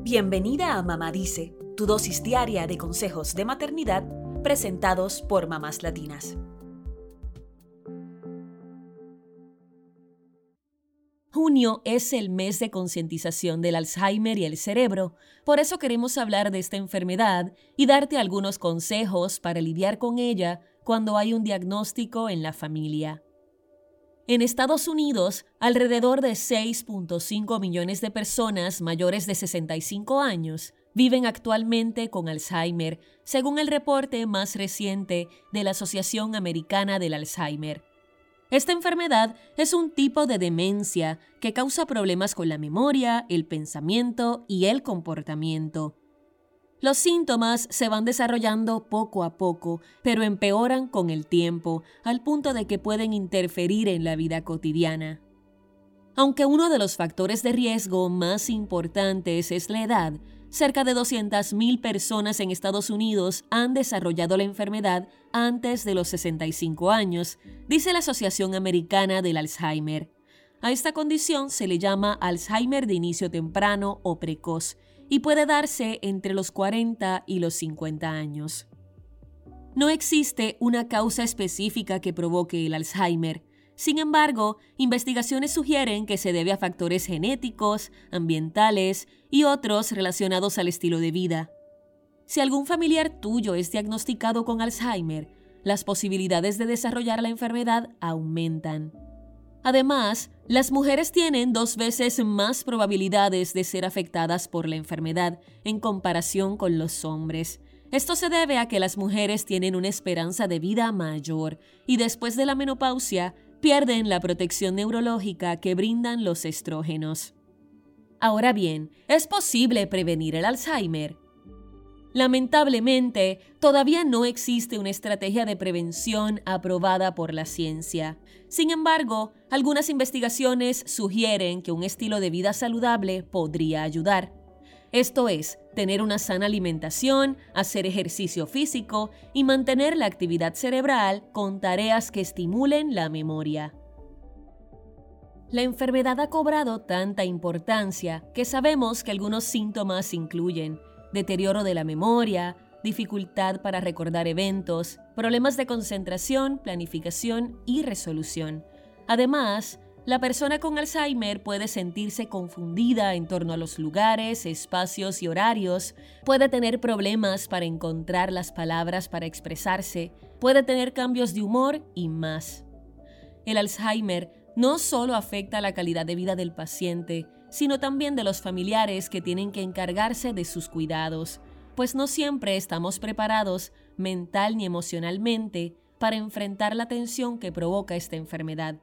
Bienvenida a Mamá Dice, tu dosis diaria de consejos de maternidad presentados por mamás latinas. Junio es el mes de concientización del Alzheimer y el cerebro, por eso queremos hablar de esta enfermedad y darte algunos consejos para lidiar con ella cuando hay un diagnóstico en la familia. En Estados Unidos, alrededor de 6.5 millones de personas mayores de 65 años viven actualmente con Alzheimer, según el reporte más reciente de la Asociación Americana del Alzheimer. Esta enfermedad es un tipo de demencia que causa problemas con la memoria, el pensamiento y el comportamiento. Los síntomas se van desarrollando poco a poco, pero empeoran con el tiempo, al punto de que pueden interferir en la vida cotidiana. Aunque uno de los factores de riesgo más importantes es la edad, cerca de 200,000 personas en Estados Unidos han desarrollado la enfermedad antes de los 65 años, dice la Asociación Americana del Alzheimer. A esta condición se le llama Alzheimer de inicio temprano o precoz, y puede darse entre los 40 y los 50 años. No existe una causa específica que provoque el Alzheimer. Sin embargo, investigaciones sugieren que se debe a factores genéticos, ambientales y otros relacionados al estilo de vida. Si algún familiar tuyo es diagnosticado con Alzheimer, las posibilidades de desarrollar la enfermedad aumentan. Además, las mujeres tienen 2 veces más probabilidades de ser afectadas por la enfermedad en comparación con los hombres. Esto se debe a que las mujeres tienen una esperanza de vida mayor y después de la menopausia pierden la protección neurológica que brindan los estrógenos. Ahora bien, ¿es posible prevenir el Alzheimer? Lamentablemente, todavía no existe una estrategia de prevención aprobada por la ciencia. Sin embargo, algunas investigaciones sugieren que un estilo de vida saludable podría ayudar. Esto es, tener una sana alimentación, hacer ejercicio físico y mantener la actividad cerebral con tareas que estimulen la memoria. La enfermedad ha cobrado tanta importancia que sabemos que algunos síntomas incluyen deterioro de la memoria, dificultad para recordar eventos, problemas de concentración, planificación y resolución. Además, la persona con Alzheimer puede sentirse confundida en torno a los lugares, espacios y horarios, puede tener problemas para encontrar las palabras para expresarse, puede tener cambios de humor y más. El Alzheimer no solo afecta la calidad de vida del paciente, sino también de los familiares que tienen que encargarse de sus cuidados, pues no siempre estamos preparados mental ni emocionalmente para enfrentar la tensión que provoca esta enfermedad.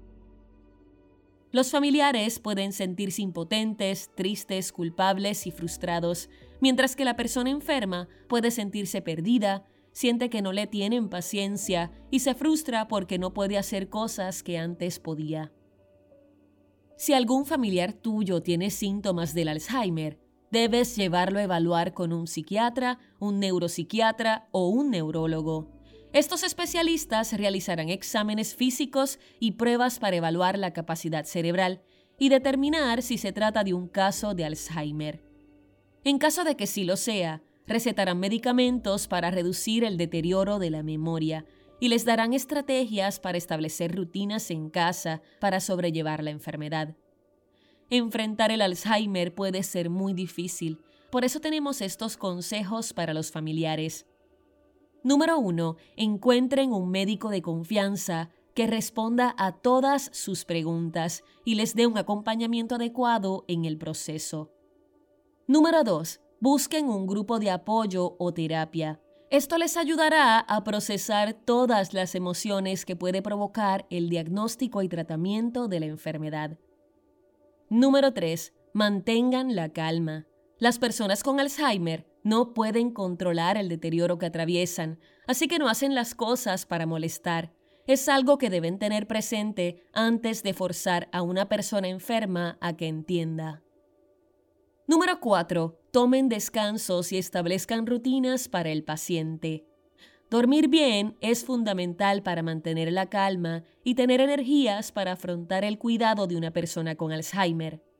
Los familiares pueden sentirse impotentes, tristes, culpables y frustrados, mientras que la persona enferma puede sentirse perdida, siente que no le tienen paciencia y se frustra porque no puede hacer cosas que antes podía. Si algún familiar tuyo tiene síntomas del Alzheimer, debes llevarlo a evaluar con un psiquiatra, un neuropsiquiatra o un neurólogo. Estos especialistas realizarán exámenes físicos y pruebas para evaluar la capacidad cerebral y determinar si se trata de un caso de Alzheimer. En caso de que sí lo sea, recetarán medicamentos para reducir el deterioro de la memoria y les darán estrategias para establecer rutinas en casa para sobrellevar la enfermedad. Enfrentar el Alzheimer puede ser muy difícil, por eso tenemos estos consejos para los familiares. Número 1. Encuentren un médico de confianza que responda a todas sus preguntas y les dé un acompañamiento adecuado en el proceso. Número 2. Busquen un grupo de apoyo o terapia. Esto les ayudará a procesar todas las emociones que puede provocar el diagnóstico y tratamiento de la enfermedad. Número 3. Mantengan la calma. Las personas con Alzheimer no pueden controlar el deterioro que atraviesan, así que no hacen las cosas para molestar. Es algo que deben tener presente antes de forzar a una persona enferma a que entienda. Número 4. Tomen descansos y establezcan rutinas para el paciente. Dormir bien es fundamental para mantener la calma y tener energías para afrontar el cuidado de una persona con Alzheimer.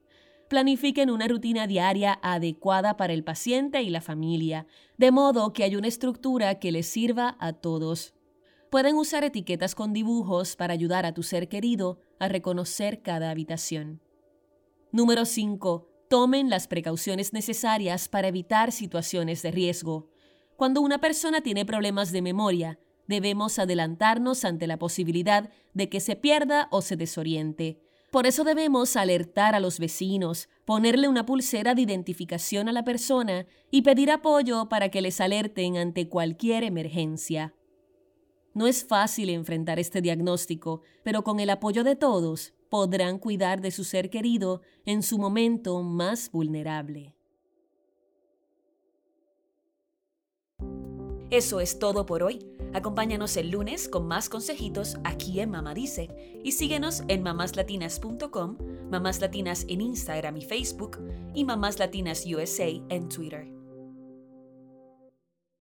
Planifiquen una rutina diaria adecuada para el paciente y la familia, de modo que haya una estructura que les sirva a todos. Pueden usar etiquetas con dibujos para ayudar a tu ser querido a reconocer cada habitación. Número 5. Tomen las precauciones necesarias para evitar situaciones de riesgo. Cuando una persona tiene problemas de memoria, debemos adelantarnos ante la posibilidad de que se pierda o se desoriente. Por eso debemos alertar a los vecinos, ponerle una pulsera de identificación a la persona y pedir apoyo para que les alerten ante cualquier emergencia. No es fácil enfrentar este diagnóstico, pero con el apoyo de todos podrán cuidar de su ser querido en su momento más vulnerable. Eso es todo por hoy. Acompáñanos el lunes con más consejitos aquí en Mamá Dice y síguenos en mamáslatinas.com, Mamás Latinas en Instagram y Facebook y Mamás Latinas USA en Twitter.